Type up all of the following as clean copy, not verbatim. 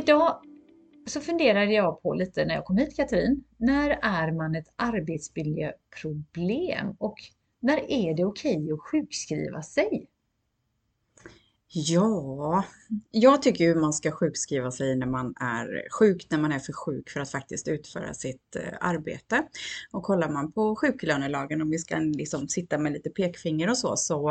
idag så funderade jag på lite när jag kom hit, Katrin. När är man ett arbetsmiljöproblem och när är det okej att sjukskriva sig? Ja, jag tycker ju man ska sjukskriva sig när man är sjuk, när man är för sjuk för att faktiskt utföra sitt arbete. Och kollar man på sjuklönelagen, om vi ska liksom sitta med lite pekfinger och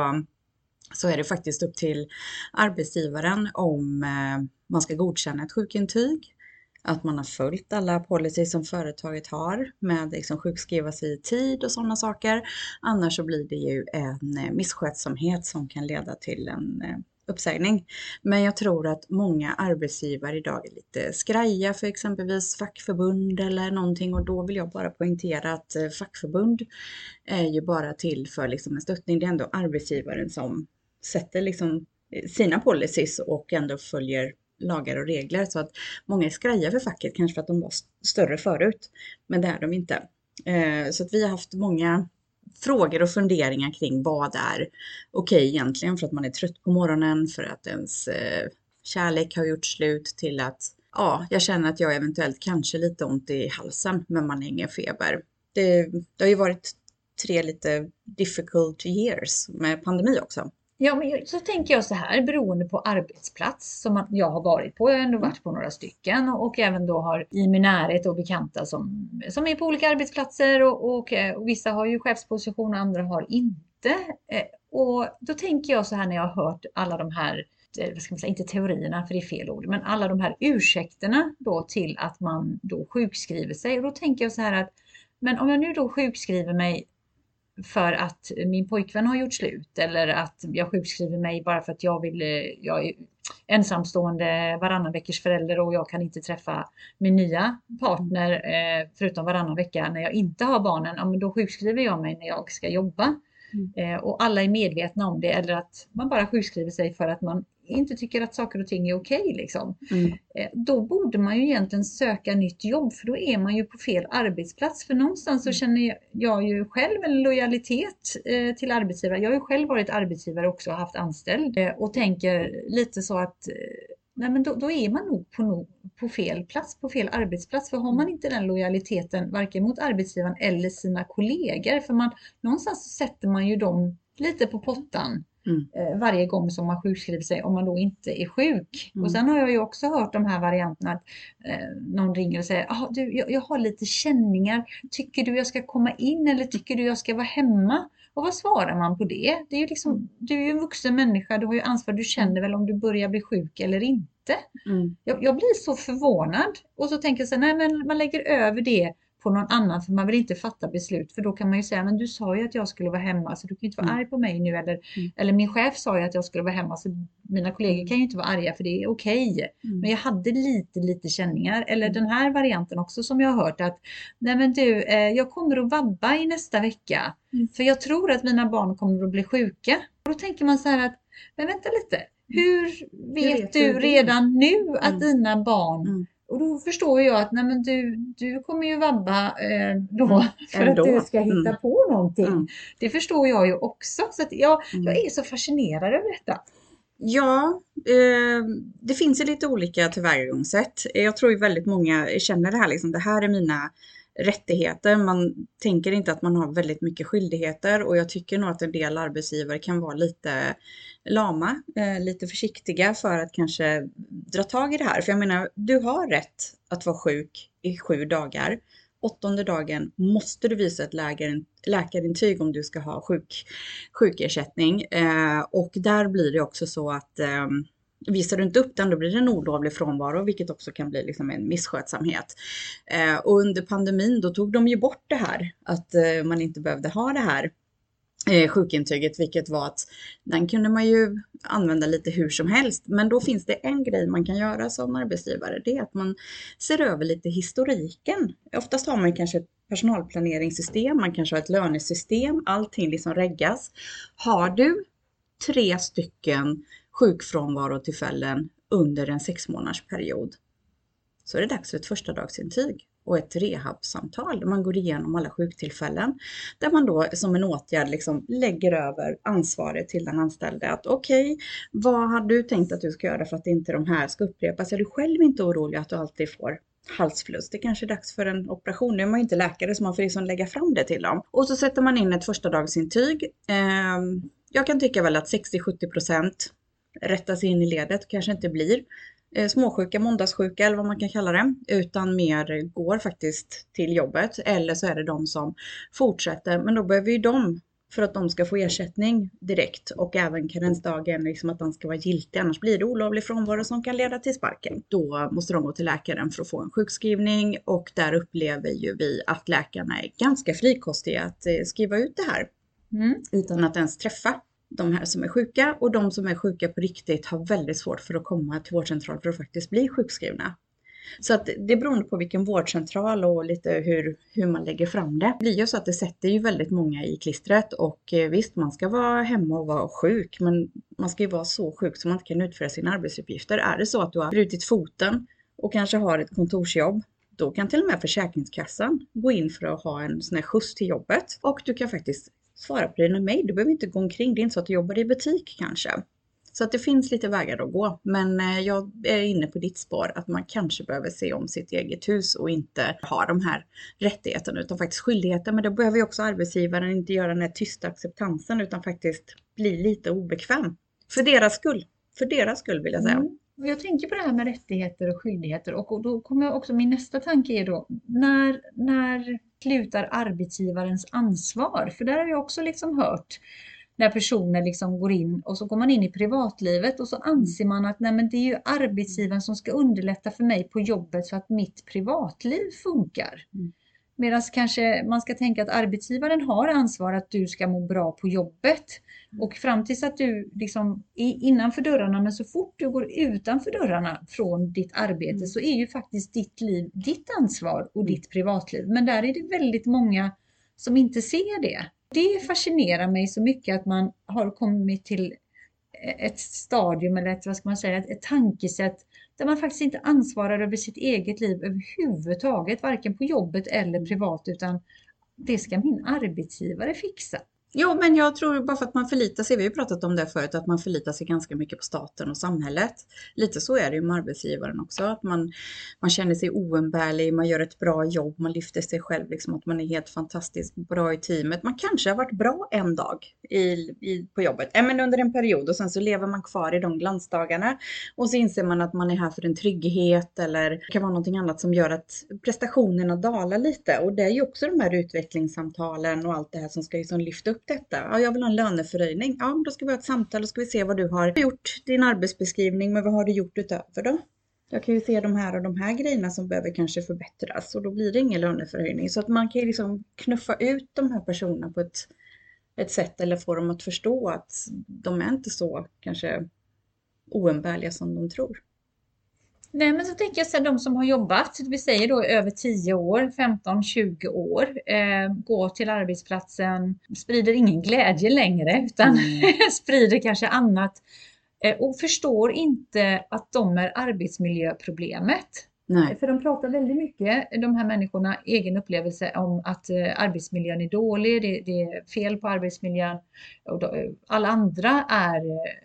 så är det faktiskt upp till arbetsgivaren om man ska godkänna ett sjukintyg, att man har följt alla policies som företaget har med liksom sjukskriva sig i tid och sådana saker. Annars så blir det ju en misskötsamhet som kan leda till en uppsägning. Men jag tror att många arbetsgivare idag är lite skraja för exempelvis fackförbund eller någonting, och då vill jag bara poängtera att fackförbund är ju bara till för liksom en stöttning. Det är ändå arbetsgivaren som sätter liksom sina policies och ändå följer lagar och regler, så att många är skraja för facket, kanske för att de var större förut, men det är de inte. Så att vi har haft många frågor och funderingar kring vad är okej egentligen, för att man är trött på morgonen, för att ens kärlek har gjort slut, till att ja, jag känner att jag eventuellt kanske lite ont i halsen, men man har ingen feber. Det har ju varit 3 lite difficult years med pandemi också. Ja, men så tänker jag så här, beroende på arbetsplats som jag har varit på. Jag har ändå varit på några stycken och även då har i min närhet och bekanta som är på olika arbetsplatser och vissa har ju chefsposition och andra har inte. Och då tänker jag så här när jag har hört alla de här, vad ska man säga, inte teorierna för det är fel ord, men alla de här ursäkterna då till att man då sjukskriver sig. Och då tänker jag så här att, men om jag nu då sjukskriver mig för att min pojkvän har gjort slut, eller att jag sjukskriver mig bara för att jag är ensamstående varannan veckors förälder och jag kan inte träffa min nya partner förutom varannan vecka när jag inte har barnen, ja, men då sjukskriver jag mig när jag ska jobba. Och alla är medvetna om det, eller att man bara sjukskriver sig för att man inte tycker att saker och ting är okej liksom. Då borde man ju egentligen söka nytt jobb, för då är man ju på fel arbetsplats. För någonstans så känner jag ju själv en lojalitet till arbetsgivare. Jag har ju själv varit arbetsgivare också och haft anställd och tänker lite så att nej, men då är man nog på fel plats, på fel arbetsplats. För har man inte den lojaliteten varken mot arbetsgivaren eller sina kollegor, för någonstans så sätter man ju dem lite på pottan varje gång som man sjukskriver sig om man då inte är sjuk. Och sen har jag ju också hört de här varianterna att någon ringer och säger jag har lite känningar, tycker du jag ska komma in eller tycker du jag ska vara hemma? Och vad svarar man på det? Det är ju liksom, du är ju en vuxen människa, du har ju ansvar, du känner väl om du börjar bli sjuk eller inte. Jag blir så förvånad och så tänker jag så här, nej men man lägger över det på någon annan, för man vill inte fatta beslut, för då kan man ju säga, men du sa ju att jag skulle vara hemma så du kan inte vara arg på mig nu, eller min chef sa ju att jag skulle vara hemma så mina kollegor kan ju inte vara arga för det är okej. Men jag hade lite känningar, eller den här varianten också som jag har hört att nej men du, jag kommer att vabba i nästa vecka för jag tror att mina barn kommer att bli sjuka. Och då tänker man så här att, men vänta lite, hur vet du redan nu att dina barn. Och då förstår jag att nej men du kommer ju vabba då för att du ska hitta på någonting. Det förstår jag ju också. Så att jag är så fascinerad över detta. Ja, det finns ju lite olika tillvägagångssätt. Jag tror ju väldigt många känner det här liksom, det här är mina rättigheter. Man tänker inte att man har väldigt mycket skyldigheter, och jag tycker nog att en del arbetsgivare kan vara lite lama, lite försiktiga för att kanske dra tag i det här. För jag menar, du har rätt att vara sjuk i 7 dagar. 8:e dagen måste du visa ett läkarintyg om du ska ha sjukersättning. Och där blir det också så att visar du inte upp den, då blir det en olovlig frånvaro, vilket också kan bli liksom en misskötsamhet. Och under pandemin då tog de ju bort det här, att man inte behövde ha det här sjukintyget, vilket var att den kunde man ju använda lite hur som helst. Men då finns det en grej man kan göra som arbetsgivare, det är att man ser över lite historiken. Oftast har man kanske ett personalplaneringssystem, man kanske har ett lönesystem, allting liksom reggas. Har du 3 stycken sjukfrånvarotillfällen under en 6 månaders period, så är det dags för ett första dagsintyg. och ett rehabsamtal där man går igenom alla sjuktillfällen. Där man då som en åtgärd liksom lägger över ansvaret till den anställde. Att okej, vad har du tänkt att du ska göra för att inte de här ska upprepas? Är du själv inte orolig att du alltid får halsfluss? Det kanske är dags för en operation. Nu är man ju inte läkare så man får liksom lägga fram det till dem. Och så sätter man in ett första dagsintyg. Jag kan tycka väl att 60-70% rättas in i ledet, kanske inte blir småsjuka, måndagssjuka eller vad man kan kalla det, utan mer går faktiskt till jobbet, eller så är det de som fortsätter, men då behöver ju de, för att de ska få ersättning direkt och även karensdagen, liksom att den ska vara giltig, annars blir det olovlig frånvaro som kan leda till sparken. Då måste de gå till läkaren för att få en sjukskrivning, och där upplever ju vi att läkarna är ganska frikostiga att skriva ut det här utan att ens träffa de här som är sjuka, och de som är sjuka på riktigt har väldigt svårt för att komma till vårdcentral för att faktiskt bli sjukskrivna. Så att det beror på vilken vårdcentral och lite hur man lägger fram det. Det blir ju så att det sätter ju väldigt många i klistret, och visst, man ska vara hemma och vara sjuk, men man ska ju vara så sjuk som man inte kan utföra sina arbetsuppgifter. Är det så att du har brutit foten och kanske har ett kontorsjobb, då kan till och med Försäkringskassan gå in för att ha en sån här skjuts till jobbet, och du kan faktiskt svara på dina mejl. Du behöver inte gå omkring. Det är inte så att du jobbar i butik kanske. Så att det finns lite vägar att gå. Men jag är inne på ditt spår att man kanske behöver se om sitt eget hus och inte ha de här rättigheterna utan faktiskt skyldigheter. Men då behöver ju också arbetsgivaren inte göra den här tysta acceptansen utan faktiskt bli lite obekväm. För deras skull. För deras skull vill jag säga. Jag tänker på det här med rättigheter och skyldigheter, och då kommer också min nästa tanke är då, när slutar arbetsgivarens ansvar? För där har jag också liksom hört när personer liksom går in och så går man in i privatlivet och så anser man att nej, men det är ju arbetsgivaren som ska underlätta för mig på jobbet så att mitt privatliv funkar. Medan kanske man ska tänka att arbetsgivaren har ansvar att du ska må bra på jobbet. Och fram tills att du liksom är innanför dörrarna, men så fort du går utanför dörrarna från ditt arbete så är ju faktiskt ditt liv ditt ansvar och ditt privatliv. Men där är det väldigt många som inte ser det. Det fascinerar mig så mycket att man har kommit till ett stadium eller ett, vad ska man säga, ett tankesätt där man faktiskt inte ansvarar över sitt eget liv överhuvudtaget, varken på jobbet eller privat, utan det ska min arbetsgivare fixa. Jo, men jag tror bara för att man förlitar sig, vi har ju pratat om det förut, att man förlitar sig ganska mycket på staten och samhället. Lite så är det ju med arbetsgivaren också, att man känner sig oumbärlig, man gör ett bra jobb, man lyfter sig själv, liksom att man är helt fantastiskt bra i teamet. Man kanske har varit bra en dag på jobbet, men under en period, och sen så lever man kvar i de glansdagarna och så inser man att man är här för en trygghet, eller det kan vara någonting annat som gör att prestationerna dalar lite, och det är ju också de här utvecklingssamtalen och allt det här som ska liksom lyfta upp detta. Ja, jag vill ha en löneförhöjning. Ja, då ska vi ha ett samtal och ska vi se vad du har gjort, din arbetsbeskrivning, men vad har du gjort utöver då? Jag kan ju se de här grejerna som behöver kanske förbättras, och då blir det ingen löneförhöjning. Så att man kan ju liksom knuffa ut de här personerna på ett sätt, eller få dem att förstå att de är inte så kanske oumbärliga som de tror. Nej, men så tänker jag så här, de som har jobbat, vi säger då över 10 år, 15-20 år, går till arbetsplatsen, sprider ingen glädje längre utan sprider kanske annat och förstår inte att de är arbetsmiljöproblemet. Nej. För de pratar väldigt mycket, de här människorna, egen upplevelse om att arbetsmiljön är dålig, det är fel på arbetsmiljön, och alla andra är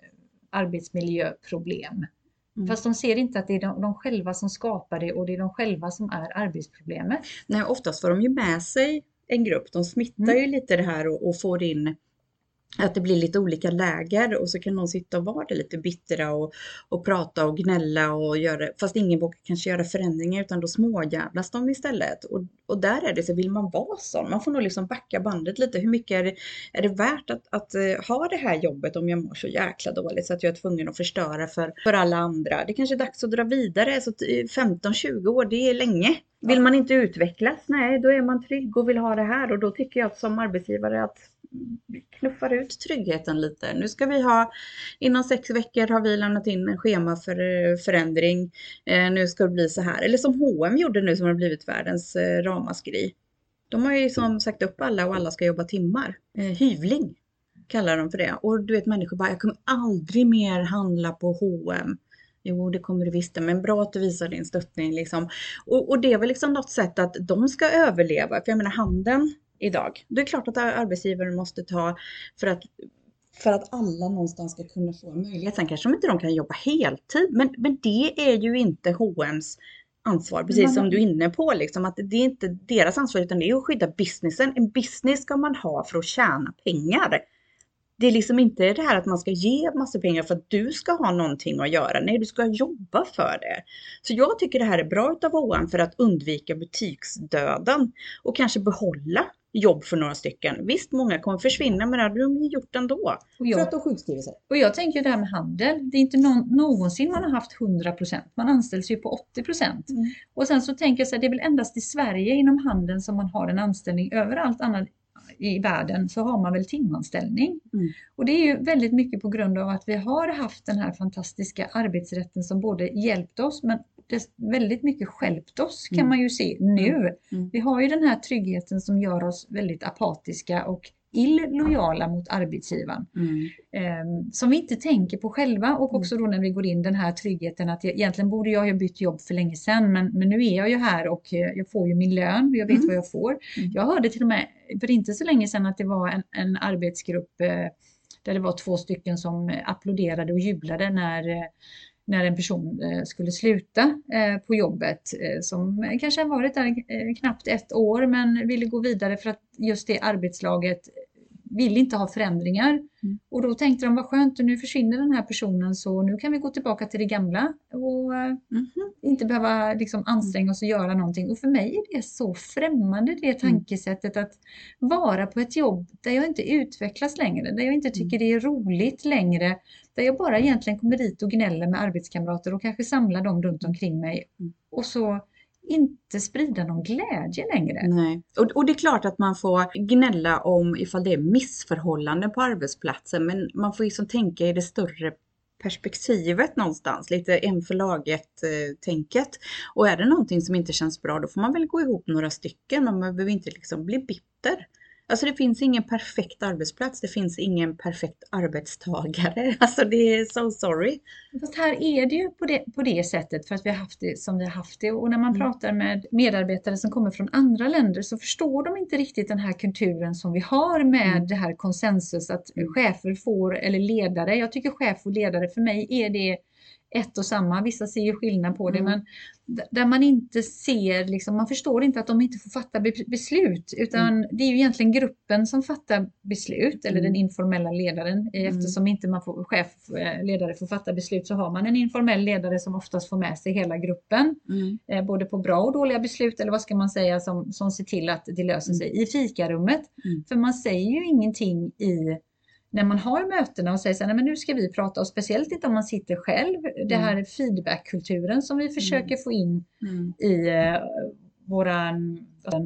arbetsmiljöproblem. Fast de ser inte att det är de själva som skapar det, och det är de själva som är arbetsproblemet. Nej, oftast får de ju med sig en grupp. De smittar ju lite det här och får in att det blir lite olika läger, och så kan någon sitta och vara lite bittra och prata och gnälla och göra, fast ingen vågar kanske göra förändringar, utan då småjävlas de istället. Och där är det så, vill man vara sån, man får nog liksom backa bandet lite. Hur mycket är det värt att ha det här jobbet om jag mår så jäkla dåligt så att jag är tvungen att förstöra för alla andra? Det kanske är dags att dra vidare, så 15-20 år, det är länge. Vill man inte utvecklas? Nej, då är man trygg och vill ha det här, och då tycker jag som arbetsgivare att knuffar ut tryggheten lite. Nu ska vi ha, inom 6 veckor har vi lämnat in en schema för förändring. Nu ska det bli så här. Eller som H&M gjorde nu, som har blivit världens ramaskri. De har ju som sagt upp alla, och alla ska jobba timmar. Hyvling kallar de för det. Och du vet, människor bara, jag kommer aldrig mer handla på H&M. Jo, det kommer du visst, men bra att du visar din stöttning liksom. Och det är väl liksom något sätt att de ska överleva. För jag menar handeln idag, det är klart att arbetsgivaren måste ta för att alla någonstans ska kunna få en möjlighet. Sen kanske de inte kan jobba heltid, men det är ju inte H&M's ansvar, precis som du är inne på, liksom, att det är inte deras ansvar utan det är att skydda businessen. En business ska man ha för att tjäna pengar. Det är liksom inte det här att man ska ge massa pengar för att du ska ha någonting att göra. Nej, du ska jobba för det. Så jag tycker det här är bra utav H&M för att undvika butiksdöden och kanske behålla jobb för några stycken. Visst, många kommer försvinna, men det hade de gjort ändå. För att de sjukskriver sig. Och jag tänker det här med handel. Det är inte någonsin man har haft 100%. Man anställs ju på 80%. Och sen så tänker jag så här, det är väl endast i Sverige inom handeln som man har en anställning. Överallt annat i världen så har man väl timanställning. Och det är ju väldigt mycket på grund av att vi har haft den här fantastiska arbetsrätten som både hjälpt oss men väldigt mycket stjälpt oss kan man ju se nu. Vi har ju den här tryggheten som gör oss väldigt apatiska och illojala mot arbetsgivaren. Som vi inte tänker på själva och också då när vi går in den här tryggheten att egentligen borde jag ha bytt jobb för länge sedan men nu är jag ju här och jag får ju min lön och jag vet vad jag får. Jag hörde till och med för inte så länge sedan att det var en arbetsgrupp där det var 2 stycken som applåderade och jublade när en person skulle sluta på jobbet som kanske har varit där knappt 1 år men ville gå vidare för att just det arbetslaget vill inte ha förändringar. Och då tänkte de vad skönt och nu försvinner den här personen så nu kan vi gå tillbaka till det gamla och inte behöva liksom anstränga oss och göra någonting. Och för mig är det så främmande det tankesättet att vara på ett jobb där jag inte utvecklas längre, där jag inte tycker det är roligt längre, där jag bara egentligen kommer dit och gnäller med arbetskamrater och kanske samlar dem runt omkring mig och så inte sprida någon glädje längre. Nej. Och det är klart att man får gnälla om ifall det är missförhållanden på arbetsplatsen men man får liksom tänka i det större perspektivet någonstans, lite en för laget tänket. Och är det någonting som inte känns bra då får man väl gå ihop några stycken, man behöver inte liksom bli bitter. Alltså det finns ingen perfekt arbetsplats, det finns ingen perfekt arbetstagare. Alltså det är so sorry. Fast här är det ju på det sättet för att vi har haft det som vi har haft det. Och när man pratar med medarbetare som kommer från andra länder så förstår de inte riktigt den här kulturen som vi har med det här konsensus att chefer får, eller ledare. Jag tycker chef och ledare för mig är det ett och samma. Vissa ser ju skillnad på det men där man inte ser, liksom, man förstår inte att de inte får fatta beslut utan det är ju egentligen gruppen som fattar beslut eller den informella ledaren eftersom inte man får, ledare får fatta beslut så har man en informell ledare som oftast får med sig hela gruppen både på bra och dåliga beslut eller vad ska man säga som ser till att det löser sig i fikarummet för man säger ju ingenting när man har mötena och säger så här, nej, men nu ska vi prata och speciellt inte om man sitter själv. Det här är feedbackkulturen som vi försöker få in i våran.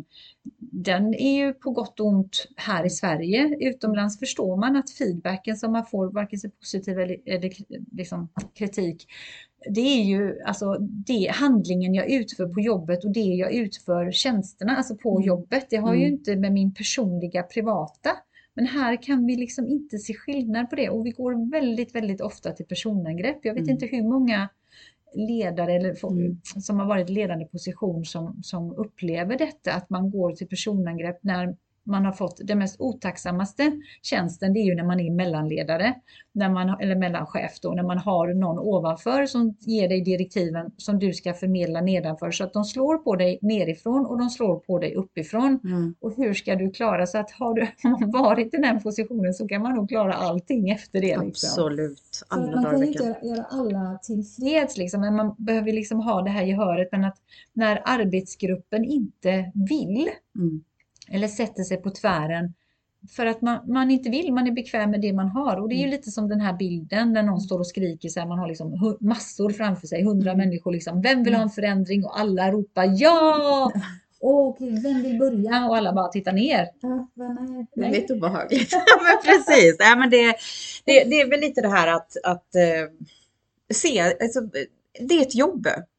Den är ju på gott och ont här i Sverige. Utomlands förstår man att feedbacken som man får, varken så positiv eller liksom kritik, det är ju alltså det handlingen jag utför på jobbet och det jag utför tjänsterna alltså på jobbet. Det har ju inte med min personliga privata. Men här kan vi liksom inte se skillnad på det och vi går väldigt, väldigt ofta till personangrepp. Jag vet inte hur många ledare eller som har varit i ledande position som upplever detta, att man går till personangrepp när man har fått det mest otacksammaste tjänsten, det är ju när man är mellanledare, eller mellanchef då, när man har någon ovanför som ger dig direktiven som du ska förmedla nedanför, så att de slår på dig nerifrån och de slår på dig uppifrån. Och hur ska du klara, så att har man varit i den positionen så kan man nog klara allting efter det. Liksom. Absolut. Man kan ju inte göra alla tillfreds liksom, men man behöver liksom ha det här gehöret, men att när arbetsgruppen inte vill eller sätter sig på tvären för att man inte vill, man är bekväm med det man har. Och det är ju lite som den här bilden när någon står och skriker så här, man har liksom massor framför sig, 100 människor liksom, vem vill ha en förändring? Och alla ropar ja! Och vem vill börja? Och alla bara tittar ner. Det är lite obehagligt. Men precis, men det är väl lite det här att se, alltså, det är ett jobb.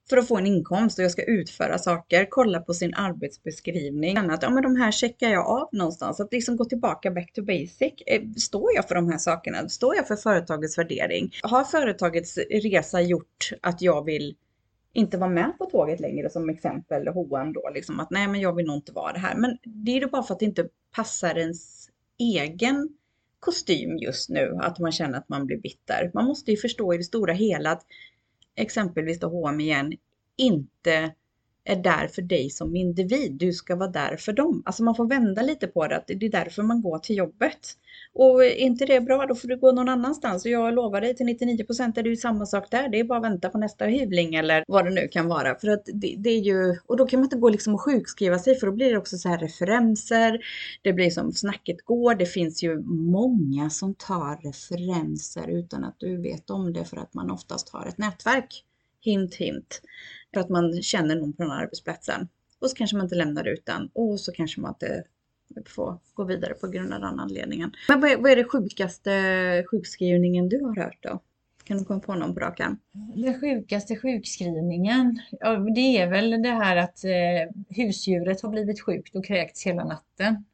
för att få en inkomst och jag ska utföra saker, kolla på sin arbetsbeskrivning. Annat, ja men de här checkar jag av någonstans. Att liksom gå tillbaka back to basic. Står jag för de här sakerna? Står jag för företagets värdering? Har företagets resa gjort att jag vill inte vara med på tåget längre, som exempel H&M då, liksom att nej men jag vill nog inte vara det här. Men det är ju bara för att det inte passar ens egen kostym just nu, att man känner att man blir bitter. Man måste ju förstå i det stora hela att exempelvis då H&M igen inte är där för dig som individ. Du ska vara där för dem. Alltså man får vända lite på det, att det är därför man går till jobbet. Och är inte det bra, då får du gå någon annanstans. Och jag lovar dig, till 99% är det ju samma sak där. Det är bara att vänta på nästa hyvling eller vad det nu kan vara. För att det är ju, och då kan man inte gå liksom och sjukskriva sig, för då blir det också så här referenser. Det blir som snacket går. Det finns ju många som tar referenser utan att du vet om det, för att man oftast har ett nätverk. Hint, hint. För att man känner någon på den här arbetsplatsen. Och så kanske man inte lämnar ut den. Och så kanske man inte får gå vidare på grund av den anledningen. Men vad är det sjukaste sjukskrivningen du har hört då? Kan du komma på någon på rakan? Den sjukaste sjukskrivningen, ja, det är väl det här att husdjuret har blivit sjukt och kräkts hela natten.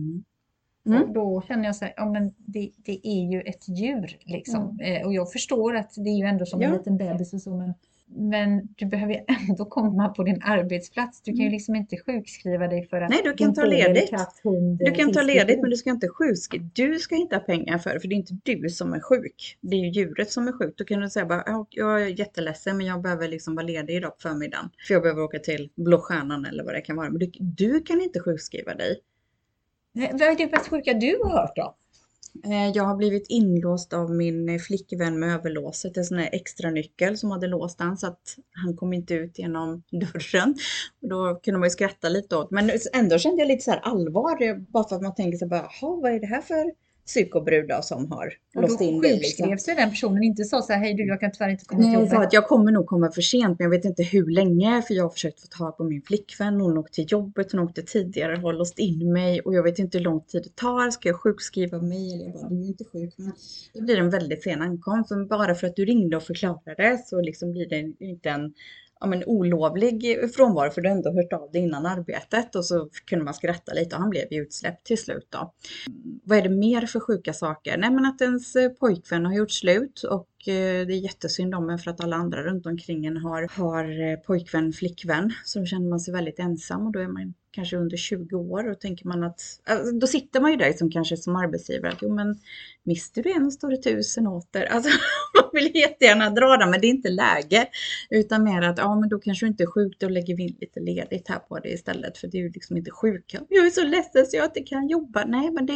Och då känner jag så här, ja men det är ju ett djur liksom. Och jag förstår att det är ju ändå som en liten bebis och så, men du behöver ju ändå komma på din arbetsplats. Du kan ju liksom inte sjukskriva dig för att... Nej, du kan ta ledigt. Katt, hund, du kan ta ledigt, men du ska inte sjukskriva. Du ska inte ha pengar för det är inte du som är sjuk. Det är ju djuret som är sjukt. Då kan du säga bara, jag är jätteledsen men jag behöver liksom vara ledig idag på förmiddagen. För jag behöver åka till Blå Stjärnan eller vad det kan vara. Men du kan inte sjukskriva dig. Nej, vad är det mest sjuka du har hört då? Jag har blivit inlåst av min flickvän med överlåset. En sån här extra nyckel som hade låst han, så att han kom inte ut genom dörren. Och då kunde man ju skratta lite åt. Men ändå kände jag lite så här allvar. Bara för att man tänker så bara, vad är det här för psykobrud då som har låst in dig? Och då sjukskrevs ju den personen, inte sa så här, hej du, jag kan tyvärr inte komma till jobbet. jobbet. Nej, jag kommer nog komma för sent, men jag vet inte hur länge, för jag har försökt få tag på min flickvän. Hon åkte till jobbet, hon åkte tidigare, har låst in mig och jag vet inte hur lång tid det tar. Ska jag sjukskriva mig? Eller jag bara, du är inte sjuk, men det blir en väldigt sen ankomst. Så bara för att du ringde och förklarade så liksom blir det inte en olovlig frånvaro, för du ändå hört av dig innan arbetet, och så kunde man skratta lite och han blev ju utsläppt till slut då. Vad är det mer för sjuka saker? Nej, men att ens pojkvän har gjort slut och det är jättesynd om en, för att alla andra runt omkring en har pojkvän, flickvän, så då känner man sig väldigt ensam och då är man kanske under 20 år och tänker man att, alltså, då sitter man ju där som kanske som arbetsgivare att jo men mister du en står det 1000 åter. Alltså man vill jättegärna dra det, men det är inte läge, utan mer att ja men då kanske du inte är sjuk, då lägger vi in lite ledigt här på det istället, för det är ju liksom inte sjuka. Jag är så ledsen så jag inte kan jobba. Nej, men det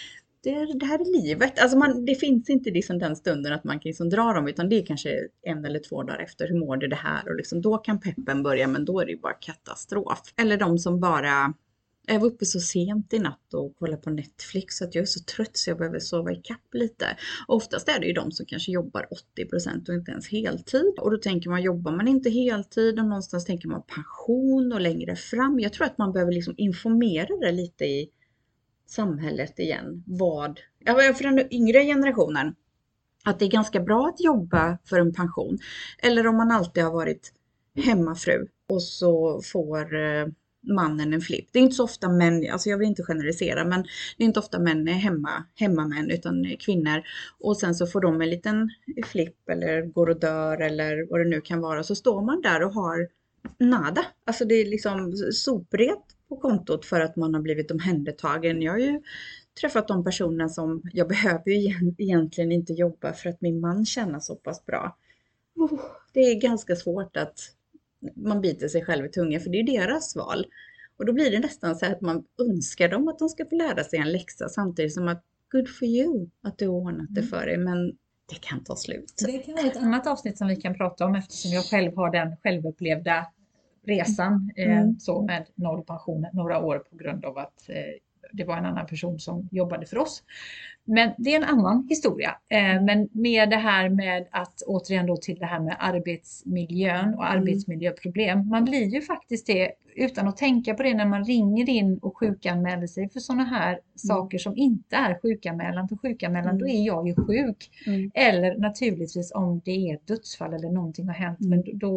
här är livet. Alltså det finns inte liksom den stunden att man kan liksom dra dem, utan det är kanske 1 eller 2 dagar efter. Hur mår du det här? Och liksom, då kan peppen börja, men då är det ju bara katastrof. Eller de som bara, jag var uppe så sent i natt och kollade på Netflix så att jag är så trött så jag behöver sova i kapp lite. Och oftast är det ju de som kanske jobbar 80% och inte ens heltid. Och då tänker man, jobbar man inte heltid och någonstans tänker man pension och längre fram. Jag tror att man behöver liksom informera det lite i samhället igen. För den yngre generationen, att det är ganska bra att jobba för en pension. Eller om man alltid har varit hemmafru och så får mannen en flipp. Det är inte så ofta män, alltså jag vill inte generalisera, men det är inte ofta män är hemmamän utan kvinnor. Och sen så får de en liten flipp eller går och dör eller vad det nu kan vara. Så står man där och har nada. Alltså det är liksom sopret på kontot för att man har blivit omhändertagen. Jag har ju träffat de personer som jag behöver ju egentligen inte jobba för att min man känner så pass bra. Det är ganska svårt att man biter sig själv i tungan, för det är deras val. Och då blir det nästan så att man önskar dem att de ska få lära sig en läxa, samtidigt som att good for you att du har ordnat det för dig, men det kan ta slut. Det kan vara ett annat avsnitt som vi kan prata om, eftersom jag själv har den självupplevda resan så med 0 pension några år på grund av att det var en annan person som jobbade för oss. Men det är en annan historia. Men med det här med att återigen då till det här med arbetsmiljön och arbetsmiljöproblem. Man blir ju faktiskt det utan att tänka på det när man ringer in och sjukanmäler sig för sådana här saker som inte är sjukanmälan. För sjukanmälan då är jag ju sjuk. Eller naturligtvis om det är ett dödsfall eller någonting har hänt. Men då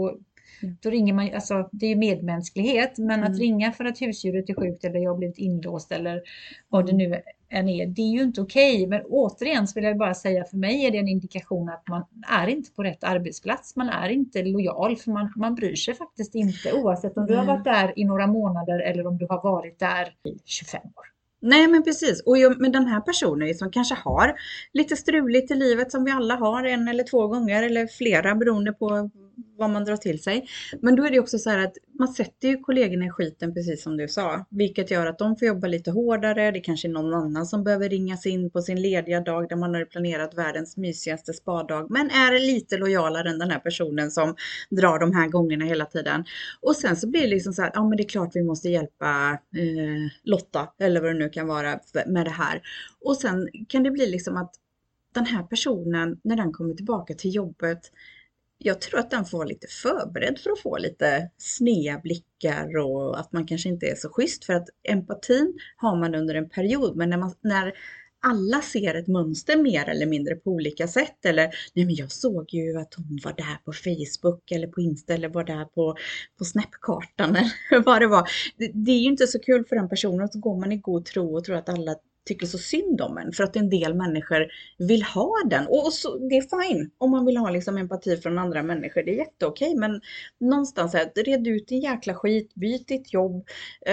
Då ringer man, alltså det är ju medmänsklighet, men att ringa för att husdjuret är sjukt eller jag har blivit inlåst eller vad det nu än är, det är ju inte okej. Men återigen så vill jag bara säga, för mig är det en indikation att man är inte på rätt arbetsplats, man är inte lojal, för man bryr sig faktiskt inte, oavsett om du har varit där i några månader eller om du har varit där i 25 år. Nej, men precis. Och med den här personen som kanske har lite struligt i livet, som vi alla har 1 eller 2 gånger eller flera beroende på vad man drar till sig. Men då är det också så här att man sätter ju kollegorna i skiten, precis som du sa. Vilket gör att de får jobba lite hårdare. Det kanske är någon annan som behöver ringas in på sin lediga dag där man har planerat världens mysigaste spadag. Men är lite lojalare än den här personen som drar de här gångerna hela tiden. Och sen så blir det liksom så här, ja men det är klart vi måste hjälpa Lotta eller vad det nu kan vara med det här. Och sen kan det bli liksom att den här personen, när den kommer tillbaka till jobbet, jag tror att den får vara lite förberedd för att få lite sneda blickar och att man kanske inte är så schysst, för att empatin har man under en period, men när alla ser ett mönster mer eller mindre på olika sätt, eller nej men jag såg ju att hon var där på Facebook eller på Insta eller var där på Snapkartan eller vad det var. Det är ju inte så kul för den personen, så går man i god tro och tror att alla tycker så synd om en, för att en del människor vill ha den. Och så, det är fine om man vill ha liksom empati från andra människor. Det är jätteokej, men någonstans här, red ut din jäkla skit, byt ditt jobb,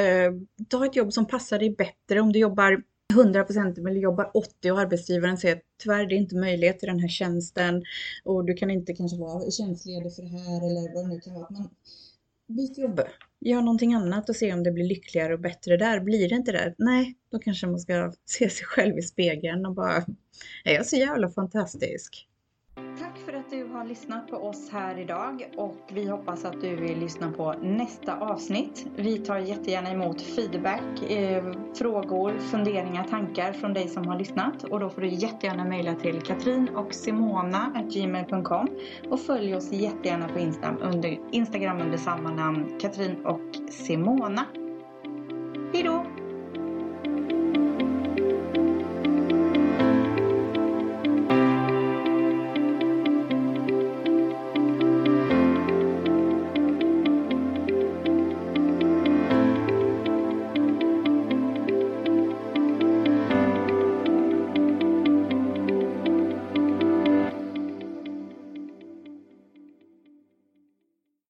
ta ett jobb som passar dig bättre. Om du jobbar 100% eller jobbar 80% och arbetsgivaren säger att tyvärr det är inte möjlighet till den här tjänsten och du kan inte kanske vara tjänstledig för det här eller vad det nu kan vara. Men byt jobb. Gör någonting annat och se om det blir lyckligare och bättre där. Blir det inte det? Nej, då kanske man ska se sig själv i spegeln och bara, är jag så jävla fantastisk? Tack för att du har lyssnat på oss här idag, och vi hoppas att du vill lyssna på nästa avsnitt. Vi tar jättegärna emot feedback, frågor, funderingar, tankar från dig som har lyssnat, och då får du jättegärna mejla till katrin.och-simona@gmail.com och följ oss jättegärna på Instagram under samma namn, Katrin och Simona.